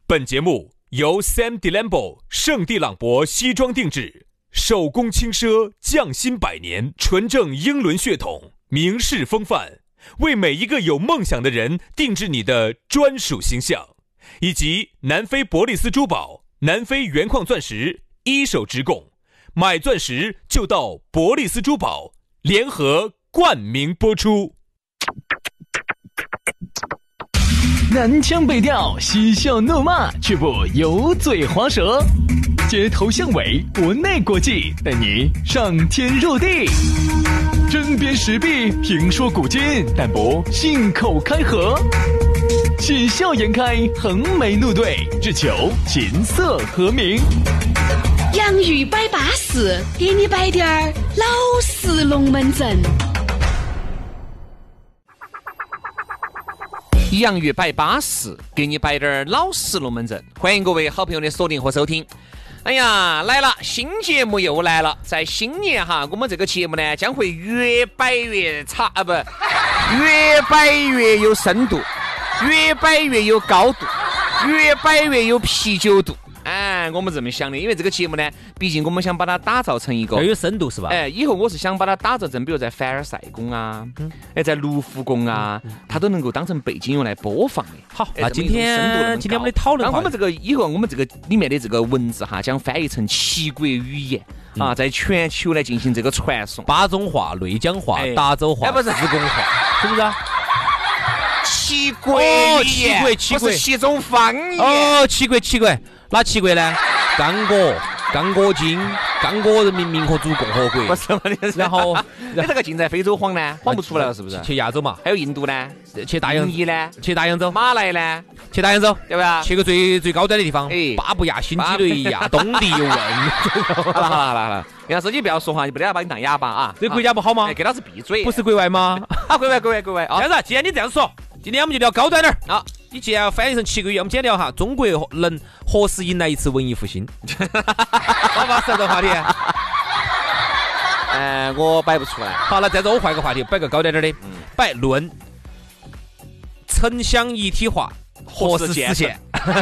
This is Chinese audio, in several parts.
本节目由 Sam Delambo 圣地朗博西装定制，手工轻奢，匠心百年，纯正英伦血统，名士风范，为每一个有梦想的人定制你的专属形象。以及南非伯利斯珠宝、南非原矿钻石一手直供，买钻石就到伯利斯珠宝，联合冠名播出。 南腔北调，嬉笑怒骂，却不油嘴滑舌，街头巷尾，国内国际，带你上天入地，针砭时弊，评说古今，但不信口开河，喜笑颜开，横眉怒对，只求琴瑟和鸣。 洋芋摆巴士，给你摆点儿老式龙门阵。 洋芋摆巴士，给你摆点老实龙门阵。欢迎各位好朋友的锁定和收听。哎呀，来了，新节目又来了。在新年哈，我们这个节目呢将会越摆越差啊，不，越摆越有深度，越摆越有高度，越摆越有啤酒肚。哎，我们这么想的，因为这个节目呢，毕竟我们想把它打造成一个要有深度是吧？ 哎，以后我是想把它打造成，比如在凡尔赛宫啊，在卢浮宫啊，它都能够当成背景用来播放的。 好，那今天我们的讨论， 我们这个以后我们这个里面的这个文字哈，将翻译成7国语言啊，在全球来进行这个传送。 巴中话、内江话、达州话、 不是自贡话，是不是啊 ？7国语言， 不是 7种方言。 哦，7国，哪7国呢？刚果、刚果金、刚果人民民合众共和国。 不是嘛？ 然后你这个尽在非洲晃呢，晃不出来了，是不是？ 去亚洲嘛？ 还有印度呢？ 去大洋印呢？ 去大洋洲？ 马来呢？ 去大洋洲？ 对吧？ 去个最高端的地方，巴布亚新几内亚东帝汶。 好了，杨老师你不要说话，你不得要把你当哑巴啊！ 这个国家不好吗？ 给老师闭嘴！ 不是国外吗？ 啊，国外啊！ 这样子，既然你这样说，今天我们就聊高端点儿啊！ 你既然要翻译成7个语言，我们今天聊哈中国能何时迎来一次文艺复兴？好吧，这个话题。 我摆不出来。 好了，再着我换个话题，摆个高点点的，摆论城乡一体化何时实现？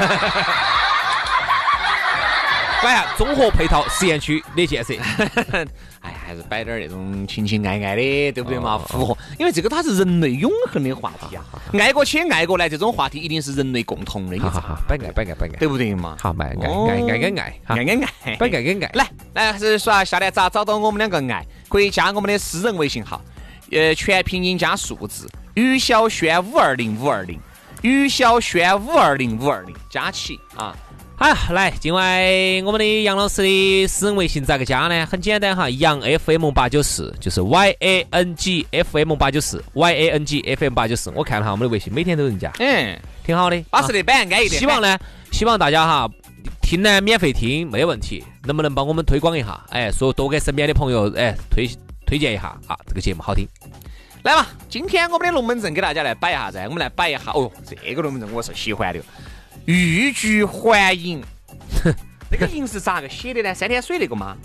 摆下综合配套实验区的建设。 哎，还是摆点那种情情爱爱的，对不对嘛？符合，因为这个它是人类永恒的话题啊。爱过去爱过来，这种话题一定是人类共同的。 好，摆爱， 对不对嘛？ 好，爱，摆爱。 来，还是说下来咋找到我们两个爱？可以加我们的私人微信号，全拼音加数字，于小轩520520，于小轩520520，加起啊。 好，来，今晚我们的杨老师的私人微信咋个加呢？很简单哈，杨 FM894，就是 YANG FM894，YANG FM894。我看了哈，我们的微信每天都有人加，挺好的， 巴适的板安一点。 希望大家哈听呢免费听没得问题，能不能帮我们推广一下？说多给身边的朋友推荐一下啊，这个节目好听。 来嘛，今天我们的龙门阵给大家来摆一下噻，我们来摆一下。哦，这个龙门阵我是喜欢的。欲拒还迎，那个迎是咋个写的呢？三点水那个吗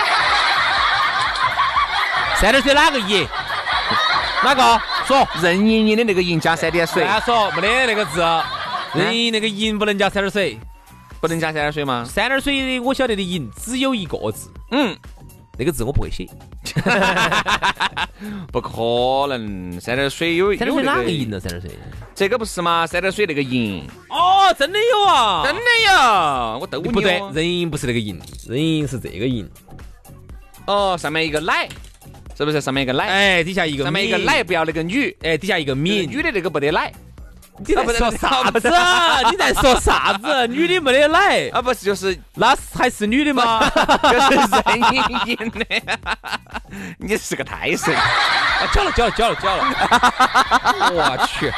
？3点水哪个迎？哪个？说任盈盈的那个盈加3点水。 说没得那个字，任盈盈那个盈不能加3点水， 不能加3点水吗 ？3点水我晓得的盈只有一个字，那个字我不会写。 不可能，3点水有 3点水哪个盈了？3点水这个不是吗？3点水那个盈。 哦，真的有啊， 真的有，我逗你。 不对，任盈不是那个盈，任盈是这个盈。 哦，上面一个奶，是不是？上面一个奶， 底下一个上面一个奶，不要那个女， 底下一个米， 女的那个不得奶。 你在说啥子？你在说啥子？女的没得奶啊？不是，就是那还是女的吗？ 就是任盈盈的。你是个胎神。 交了。我去。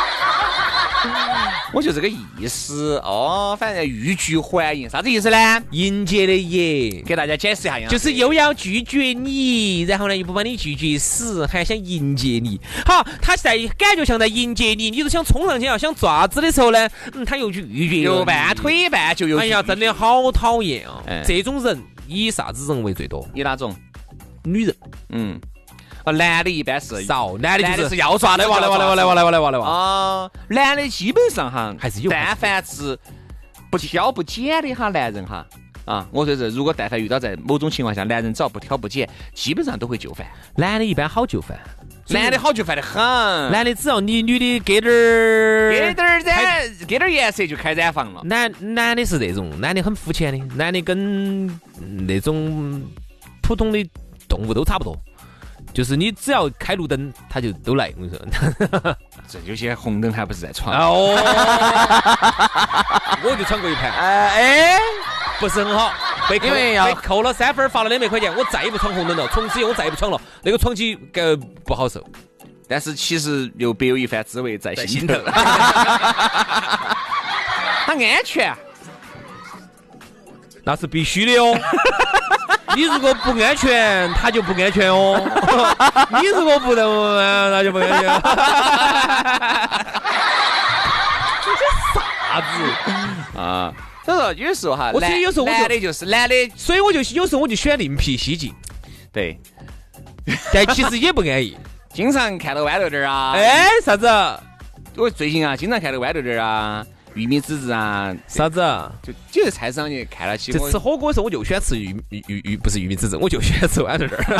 我就这个意思哦，反正欲拒还迎，啥子意思呢？ 迎接的迎， 给大家解释一下呀， 就是又要拒绝你，然后呢又不把你拒绝死，还想迎接你。好，他在感觉像在迎接你，你都想冲上去要想抓子的时候呢，他又拒绝， 又半推半就又。 哎呀，真的好讨厌啊！这种人以啥子人为最多？ 以哪种？ 女人。 男的一般是少，男的是要抓的， 来哇！ 啊，男的基本上哈还是有， 但凡是不挑不拣的哈，男人哈啊，我说这如果但凡遇到在某种情况下，男人只要不挑不拣，基本上都会就范。 男的一般好就范， 男的好就范得很， 男的只要你女的给点儿给点颜色就开染房了。 男的是那种，男的很肤浅的，男的跟那种普通的动物都差不多，就是你只要开路灯，他就都来。我跟你说， 这有些红灯还不是在闯哦，我就闯过一盘，不是很好，被扣了3分，罚了200块钱，我再也不闯红灯了，从此以后我再也不闯了，那个闯起不好受。 但是其实又别有一番滋味在心头。它安全， 那是必须的哦。你如果不安全，他就不安全哦。你如果不能，那就不安全。这些啥子啊？所以说有时候哈， 我有时候男的就是男的， 所以我就有时候我就选另辟蹊径。 对， 但其实也不安逸。 经常看到豌豆点啊， 啥子？ 我最近啊，经常看到豌豆点啊，玉米籽子啊， 啥子？ 就在菜市场去看了起。 就吃火锅的时候，我就喜欢吃不是玉米籽子，我就喜欢吃豌豆点。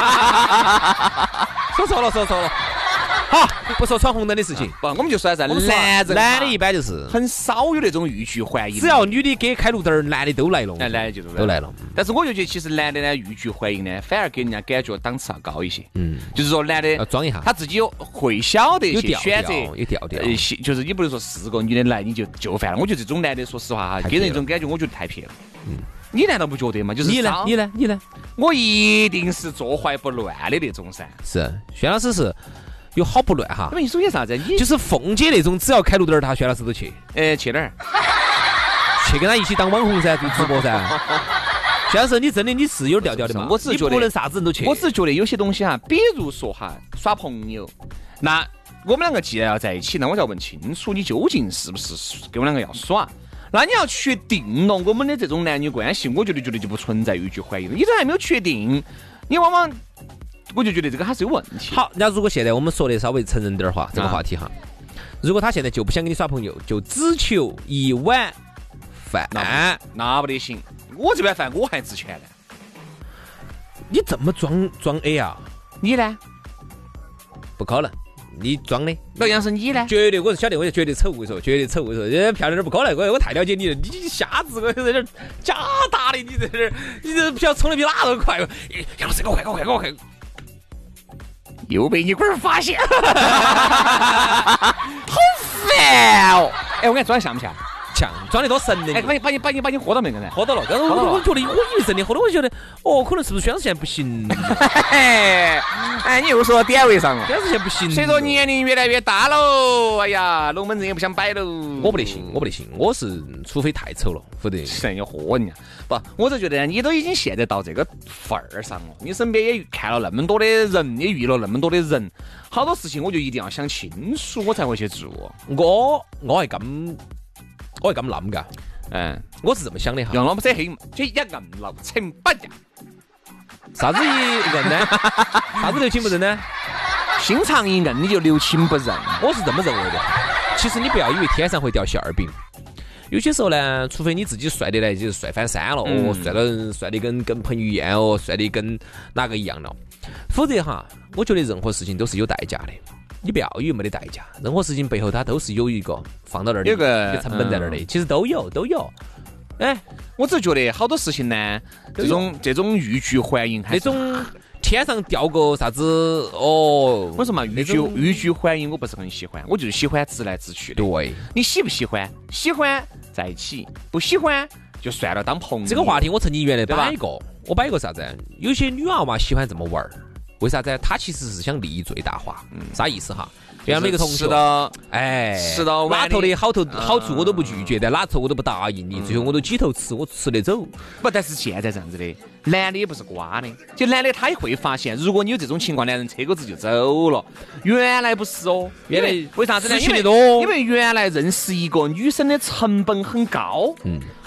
说错了。好，不说闯红灯的事情。 不，我们就说啥子？ 男的一般就是很少有那种欲拒还迎， 只要女的给开路灯，男的都来了。 男的就都来了。 但是我就觉得，其实男的呢，欲拒还迎呢，反而给人家感觉档次要高一些。就是说男的要装一下， 他自己会晓得一些选择， 有调调。 就是你不能说4个女的来你就范了。我觉得这种男的，说实话哈，给人一种感觉，我觉得太撇了。你难道不觉得吗？就是你呢？ 我一定是坐怀不乱的那种噻。 是，轩老师是有好不乱哈。 那么你说些啥子？你就是凤姐那种，只要开路灯，他轩老师都去。 去哪儿？ 去跟他一起当网红噻，做直播噻。轩老师，你真的你是有调调的嘛？ 我只是觉得你不能啥子人都去。 我只是觉得有些东西哈，比如说哈，耍朋友，那我们两个既然要在一起，那我就要问清楚，你究竟是不是跟我两个要耍？那你要确定了我们的这种男女关系，我觉得就不存在欲拒还迎。你都还没有确定，你往往我就觉得这个还是有问题。 好，那如果现在我们说的稍微成人点话，这个话题哈，如果他现在就不想跟你耍朋友，就只求一碗饭， 那不得行。我这碗饭我还值钱呢。 你这么装 A 啊？ 你呢？ 不可能。你装的， 那要是你呢？ 绝对，我是晓得，我就绝对丑。我说，绝对丑。我说，漂亮点不可能，我太了解你了。你瞎子，我在这假打的，你在这，你这不晓得冲的比哪都快。杨老师，给我快！ 又被你龟儿发现，好烦哦！我给你装像不像？ 像，装得多神的。 把你喝到没？刚才喝到了。刚才我觉得，我以为真的喝了，我就觉得，可能是不是宣誓现在不行？ 你又说到点位上了。 宣誓现在不行。 随着年龄越来越大喽，哎呀，龙门阵也不想摆喽。 我不得行，我是除非太丑了，否则神要喝你。不，我就觉得你都已经现在到这个份儿上了，你身边也看了那么多的人，也遇了那么多的人，好多事情我就一定要想清楚，我才会去做。 我係咁諗噶，我是這麼想的哈。 讓我們寫起這一銀樓情不人， 啥子人呢？啥子留情不認呢？ 心腸一硬你就留情不認， 我是這麼認為的。其實你不要以為天上會掉餡餅，有些時候呢，除非你自己帥得來，就是帥翻山了，帥得跟彭于晏帥得跟哪個一樣了，否則哈，我覺得任何事情都是有代價的。你不要以為沒得代價，任何事情背後它都是有一個放到那兒的一個成本在那兒的，其實都有。 我只覺得好多事情呢，這種欲拒還迎， 那種天上掉個啥子我說嘛，欲拒還迎我不是很喜歡，我就是喜歡直來直去的。 對， 你喜不喜歡？喜歡在一起，不喜歡就算了，當朋友。 這個話題我曾經原來擺過，我擺過啥子？有些女娃娃喜歡這麼玩。為啥子？他其實是想利益最大化，啥意思哈？就像每個同學，吃到哪頭的好處我都不拒絕，但哪頭我都不答應你，最後我都幾頭吃，我吃得走。 不，但是現在這樣子的，男的也不是瓜的，就男的他也會發現，如果你有這種情況，男人扯個字就走了。原來不是哦，原來為啥子呢？因為原來認識一個女生的成本很高，好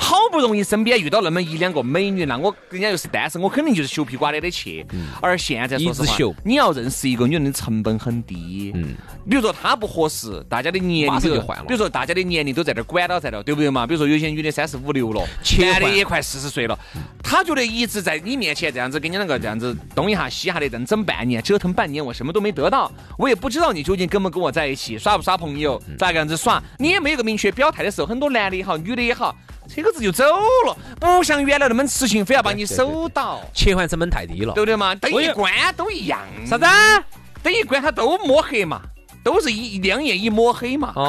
好不容易身边遇到那么一两个美女，那我人家又是单身，我肯定就是羞皮瓜咧的去。而现在说实话，你要认识一个女人的成本很低。比如说她不合适，大家的年龄就换了。 比如说大家的年龄都在这管到在了，对不对嘛？比如说有些女的35、6了，男的也快40岁了，她觉得一直在你面前这样子跟你那个这样子东一下西一下的整半年，折腾半年，我什么都没得到，我也不知道你究竟跟不跟我在一起，耍不耍朋友，咋个样子耍，你也没有个明确表态的时候，很多男的也好，女的也好，这个字就走了，不像原来那么痴情，非要把你守到， 切换成本太低了， 对不对嘛？等一关都一样， 啥子？ 等一关他都摸黑嘛，都是一两眼一摸黑嘛。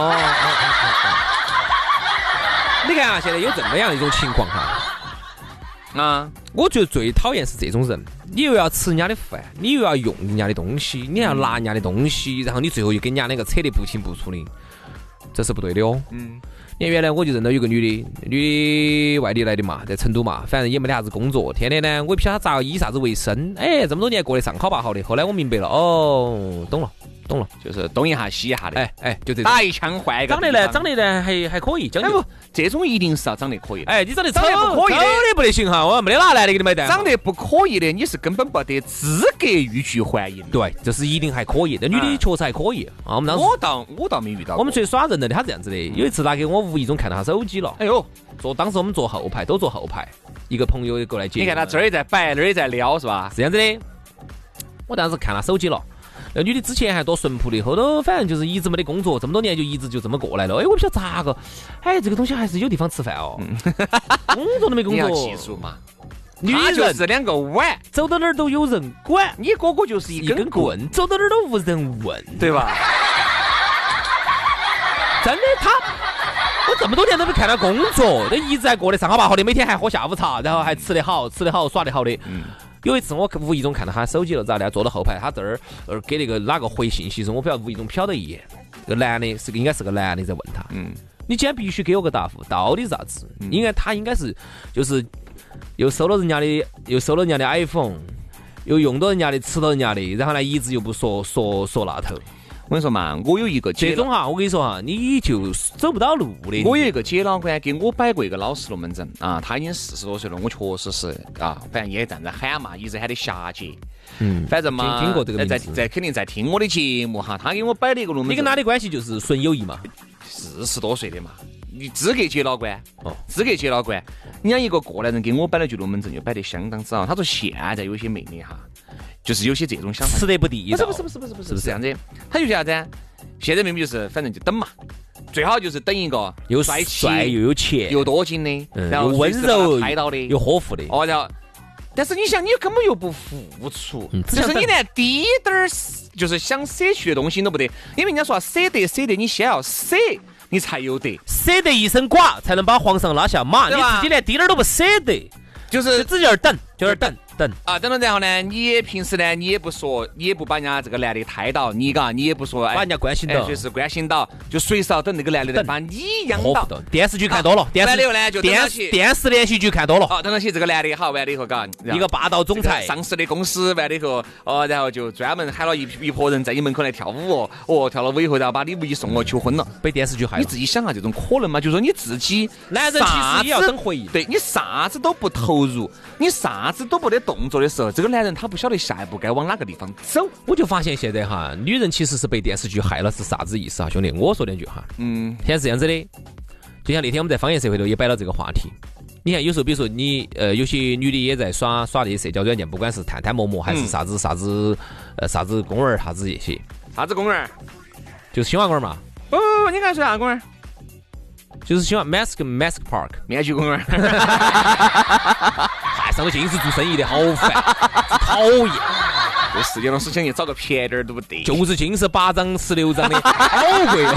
你看啊，现在有这么样一种情况哈，我觉得最讨厌是这种人，你又要吃人家的饭，你又要用人家的东西，你要拿人家的东西，然后你最后又跟人家那个扯得不清不楚的，这是不对的哦。你看原来我就认到有个女的外地来的嘛，在成都嘛，反正也没得啥子工作，天天呢我也不晓得她咋以啥子为生，这么多年过得上好吧好的，后来我明白了，懂了， 就是东一下西一下的， 就这种打一枪换一个， 长得呢还可以，不， 这种一定是要长得可以的。 你长得不可以的不得行哈，我没得哪来的给你买单。 长得不可以的，你是根本不得资格欲拒还迎。 对，这是一定还可以，那女的确实还可以啊。我们当时我倒没遇到过。 我们出去耍人的，他这样子的，有一次他给我无意中看到他手机了，当时我们坐后排，都坐后排，一个朋友过来接， 你看他这儿也在摆，那儿也在撩，是吧？ 是这样子的。我当时看他手机了。那女的之前还多顺铺的，后头反正就是一直没得工作，这么多年就一直就这么过来了。我不晓得咋个，这个东西还是有地方吃饭哦。工作都没工作， 你要记住嘛。 女人就是2个碗， 走到哪儿都有人管。 你哥哥就是一根棍， 走到哪儿都无人问， 对吧？ 真的，我这么多年都没看到工作，都一直在过得上好吧好的，每天还喝下午茶，然后还吃得好，耍得好的。有一次我无意中看到他手机了，咋的？坐到后排，他这儿给那个哪个回信息时，我不晓得无意中瞟了一眼，这个男的应该是个男的在问他，你今天必须给我个答复，到底是啥子？他应该是就是又收了人家的 iPhone， 又用到人家的，吃到人家的，然后呢一直又不说那头。 我跟你说嘛，我有一个这种哈，我跟你说哈，你就走不到路的。 我有一个姐老倌给我摆过一个老实龙门阵啊，他已经40多岁了，我确实是反正也站在喊嘛，一直喊的霞姐。反正嘛， 听过这个名字， 在肯定在听我的节目哈，他给我摆了一个龙门阵。 你跟他的关系就是纯友谊嘛 ？40多岁的嘛，你资格姐老倌资格姐老倌，人家一个过来人给我摆了句龙门阵，就摆得相当之好。他说现在有些妹妹哈。就是有些这种想法， 吃得不地道， 不是这样子。他就这样子，现在明明就是反正就等嘛，最好就是等一个又帅气又有钱又多金的，然后温柔拍到的， 又呵护的。 然后，但是你想，你根本又不付出，就是你连滴点儿就是想舍去的东西都不得，因为人家说舍得，你先要舍，你才有得， 舍得一身剐才能把皇上拉下马，你自己连滴点儿都不舍得， 就是自己在那儿等。 等了，然后呢，你平时呢，你也不说，你也不把人家这个男的抬到，你也不说， 把人家关心到， 随时关心到，就随时要等那个男的把你养到。 电视剧看多了，电视连续剧看多了。 等到起这个男的好，完了以后， 一个霸道总裁， 上市的公司，完了以后，然后就专门喊了一拨人在你门口来跳舞，跳了舞以后，然后把礼物一送求婚了。 被电视剧害了。 你自己想下这种可能吗？就是说你自己， 男人其实也要等回应。 对你啥子都不投入，你啥子都不得动作的时候，这个男人他不晓得下一步该往哪个地方走。 我就发现现在哈，女人其实是被电视剧害了，是啥子意思啊，兄弟？我说两句哈。现在是这样子的，就像那天我们在方言社会头也摆了这个话题。你看，有时候比如说你有些女的也在耍这些社交软件，不管是探探陌陌还是啥子公园啥子这些。 啥子公园？ 就是新华公园嘛。 不，你看是啥公园？ 就是喜欢 Mask Park 面具公园。 还上头尽是做生意的，好烦，讨厌。 这世界上事情你找个便宜点都不得， 就是尽是8张16张的，好贵。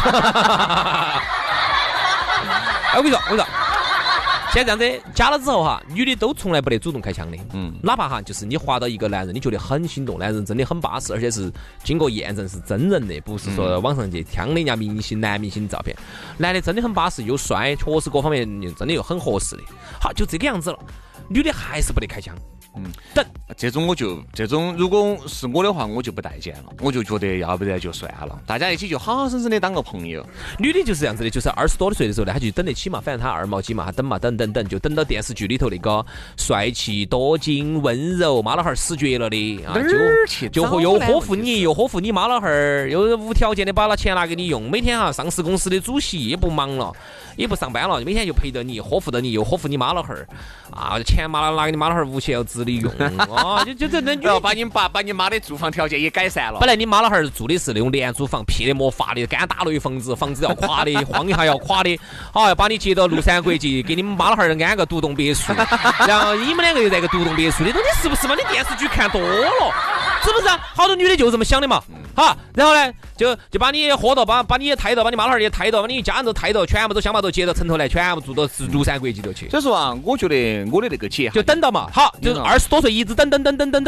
我跟你说，现在这样子加了之后哈，女的都从来不得主动开枪的。哪怕哈，就是你滑到一个男人，你觉得很心动，男人真的很巴适，而且是经过验证是真人的，不是说网上去抢的人家男明星的照片，男的真的很巴适，又帅，确实各方面真的又很合适的。好，就这个样子了，女的还是不得开枪。 等这种，如果是我的话，我就不待见了，我就觉得要不然就算了，大家一起就好好生生的当个朋友。 女的就是这样子的，就是20多岁的时候呢，她就等得起嘛，反正她2毛几嘛，她等嘛，等，就等到电视剧里头那个帅气多金温柔妈老汉儿死绝了的啊，就又呵护你妈老汉儿，又无条件的把那钱拿给你用，每天上市公司的主席也不忙了，也不上班了，每天就陪着你，呵护着你，又呵护你妈老汉儿啊，钱拿给你妈老汉儿无钱要自理用啊，就这那女然后把你妈的住房条件也改善了。 本来你妈老汉儿住的是那种廉租房，撇的没法的，干打雷房子要垮的，晃一下要垮的，好要把你接到庐山国际，给你们妈老汉儿安个独栋别墅，然后你们两个又在一个独栋别墅里头，你是不是嘛？你电视剧看多了，是不是？好多女的就这么想的嘛，好，然后呢，就把你喝到，把你也抬到，把你妈老汉儿也抬到，把你家人都抬到，全部都想把都接到城头来，全部住到庐山国际头去。 所以说啊，我觉得我的那个姐就等到嘛，好，就20多岁一直等到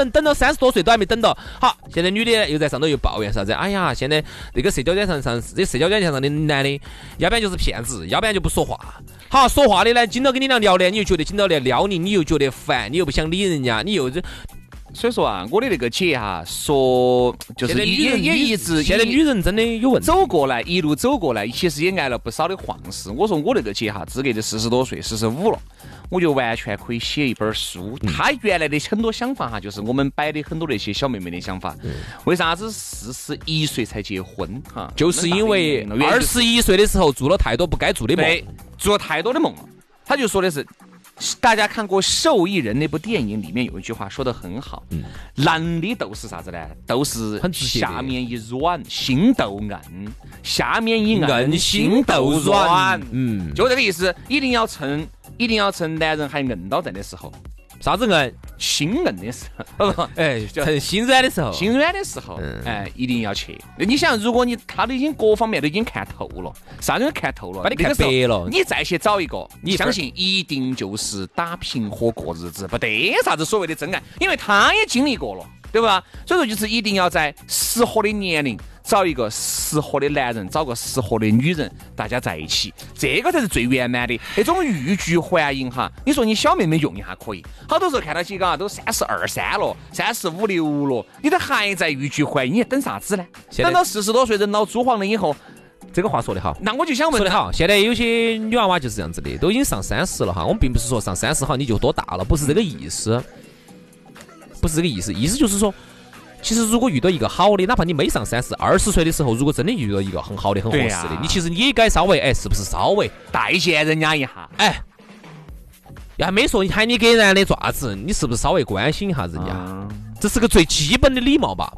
30多岁都还没等到。好，现在女的又在上头又抱怨啥子？哎呀，现在那个社交软件上的男的，要不然就是骗子，要不然就不说话。好，说话的呢，经常跟你俩聊的，你又觉得经常来撩你，你又觉得烦，你又不想理人家，你又所以说啊，我的那个姐哈说，就是也一直， 现在女人真的有问题， 一路走过来，其实也挨了不少的晃事。我说我那个姐哈，资格就40多岁，45了，我就完全可以写一本书。她原来的很多想法哈，就是我们摆的很多那些小妹妹的想法。为啥子41岁才结婚哈？ 就是因为21岁的时候做了太多不该做的梦， 做了太多的梦了。她就说的是。大家看过《受益人》那部电影，里面有一句话说得很好，男的都是啥子呢？都是下面一软，心斗硬；下面一硬，心斗软。就这个意思，一定要趁男人还硬到在的时候。 啥子硬？ 心硬的时候， 趁心软的时候， 一定要去。你想，如果他都已经各方面都已经看透了，啥都看透了， 把你看白了， 你再去找一个，你相信一定就是打平和过日子，不得啥子所谓的真爱，因为他也经历过了，对吧？所以说，就是一定要在适合的年龄。找一个适合的男人，找个适合的女人，大家在一起，这个才是最圆满的。那种欲拒还迎哈，你说你小妹妹用一下可以，好多时候看到几个都32、3了，35、6了，你都还在欲拒还迎，你等啥子呢？等到40多岁人老珠黄了以后， 这个话说得好。 那我就想问， 说得好。现在有些女娃娃就是这样子的，都已经上30了哈。我们并不是说上30好你就多大了，不是这个意思，不是这个意思，意思就是说。其实，如果遇到一个好的，哪怕你没上30，20岁的时候，如果真的遇到一个很好的、很合适的，你其实你也该稍微，是不是稍微待见人家一下？ 还没说你给男的爪子，你是不是稍微关心一下人家？这是个最基本的礼貌吧？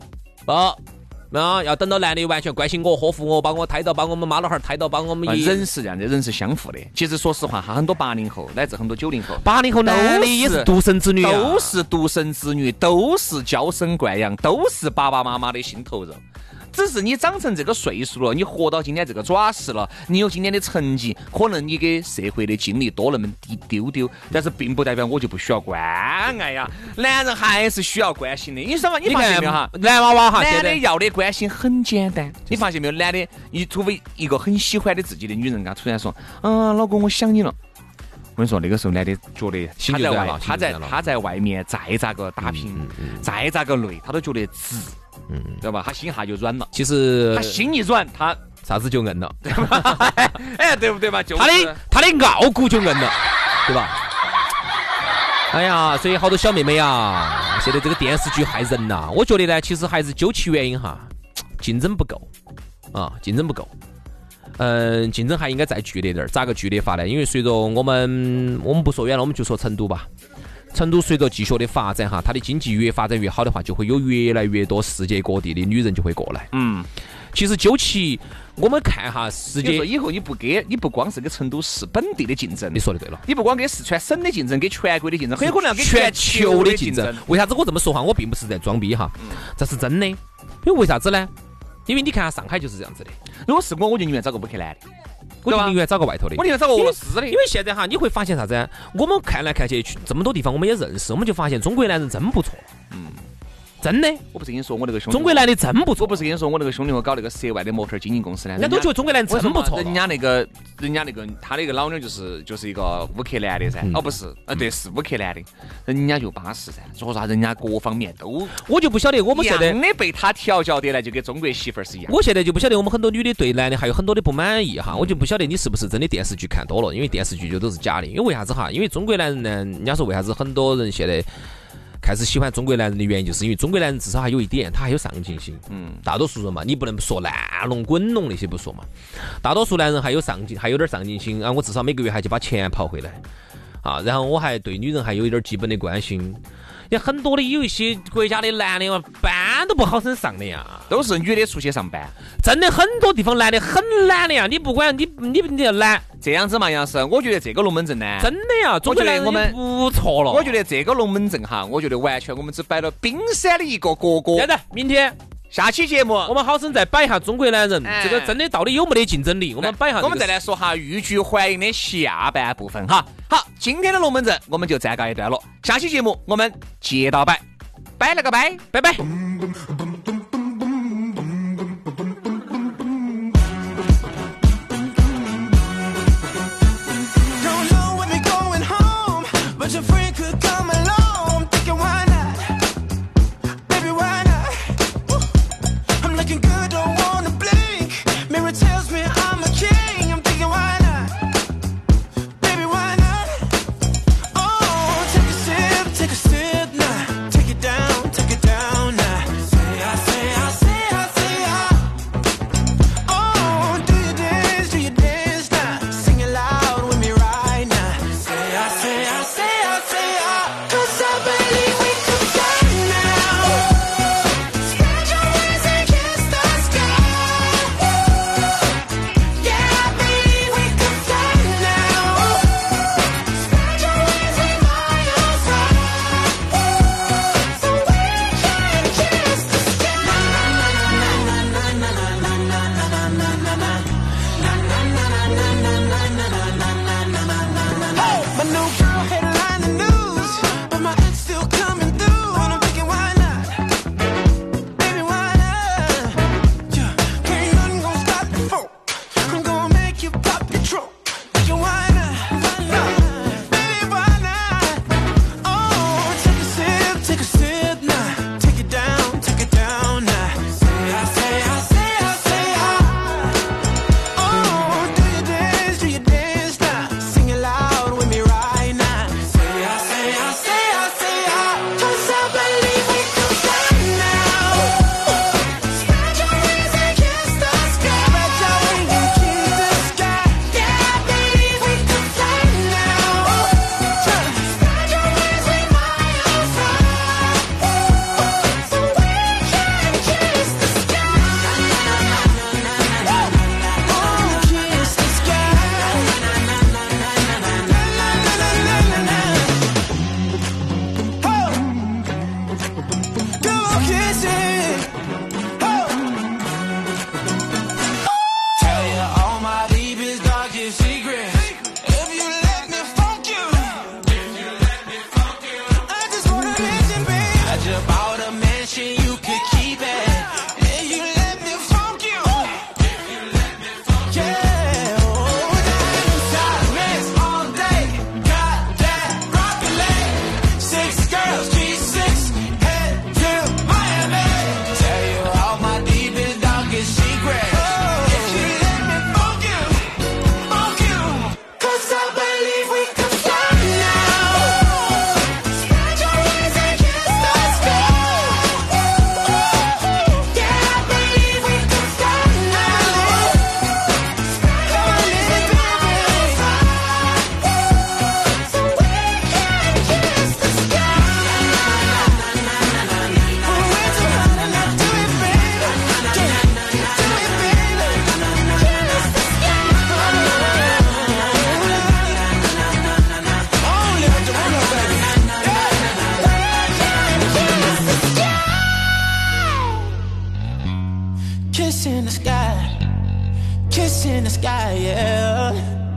要等到男的完全关心我、呵护我，把我抬到，把我们妈老汉儿抬到，把我们人是这样的，人是相互的。其实说实话，很多80后乃至很多90后 ，80后男的也是独生子女， 都是独生子女，都是娇生惯养，都是爸爸妈妈的心头肉。只是你长成这个岁数了，你活到今天这个爪式了，你有今天的成绩，可能你给社会的经历多那么一丢丢，但是并不代表我就不需要关爱呀。男人还是需要关心的。你发现没有哈？ 男娃娃哈， 男的要的关心很简单。你发现没有？男的，你除非一个很喜欢的自己的女人啊，突然说，老公我想你了。我跟你说，那个时候男的觉得他在外面再咋个打拼，再咋个累，他都觉得值。知道吧？他心下就软了。 其实他心一软，他啥子就硬了， 对吧？对不对嘛？ 他的傲骨就硬了，对吧？哎呀，所以好多小妹妹啊，现在这个电视剧害人呐。我觉得呢，其实还是究其原因哈，竞争不够啊，竞争不够。竞争还应该再剧烈点。咋个剧烈法呢？因为随着我们不说远了，我们就说成都吧。成都随着技术的发展哈，它的经济越发展越好的话，就会有越来越多世界各地的女人就会过来。其实究其我们看哈世界， 以后你不光是跟成都市本地的竞争， 你说的对了， 你不光跟四川省的竞争，跟全国的竞争，很有可能要跟全球的竞争。 为啥子我这么说话？我并不是在装逼哈，这是真的。因为为啥子呢？因为你看上海就是这样子的。 如果是我就宁愿找个不去男的。 我就宁愿找个外头的， 我宁愿找个俄罗斯的。 因为现在哈，你会发现啥子？我们看来看去这么多地方，我们也认识，我们就发现中国男人真不错。 真的， 我不是跟你说我那个兄弟， 中国男的真不错。 我不是跟你说我那个兄弟伙搞那个涉外的模特经纪公司呢， 人家都觉得中国男真不错。 人家那个他那个老娘就是一个乌克兰的噻，哦不是，对，是乌克兰的，人家就巴适噻。说啥，人家各方面都， 我就不晓得我们现在的被他调教得来，就跟中国媳妇儿是一样。 我现在就不晓得我们很多女的对男的还有很多的不满意哈，我就不晓得你是不是真的电视剧看多了，因为电视剧就都是假的。因为为啥子哈？因为中国男人呢，人家说为啥子很多人现在开始喜欢中国男人的原因，就是因为中国男人至少还有一点，他还有上进心。大多数人嘛，你不能说烂龙滚龙那些不说嘛，大多数男人还有点上进心啊，我至少每个月还就把钱跑回来啊，然后我还对女人还有一点基本的关心。也很多的有一些国家的男的嘛，班都不好生上的呀， 都是女的出去上班。 真的很多地方男的很懒的呀，你不管你要懒这样子嘛，杨师，我觉得这个龙门阵呢， 真的呀，中国男人不错了。 我觉得这个龙门阵哈，我觉得完全我们只摆了冰山的一个角。 对的，明天下期节目我们好生再摆一下中国男人，这个真的到底有没得竞争力？我们摆一下， 我们再来说哈欲拒还迎的下半部分哈。好，今天的龙门阵我们就暂告一段落，下期节目我们接着摆，拜了个拜，拜拜。 Kiss in the sky, yeah.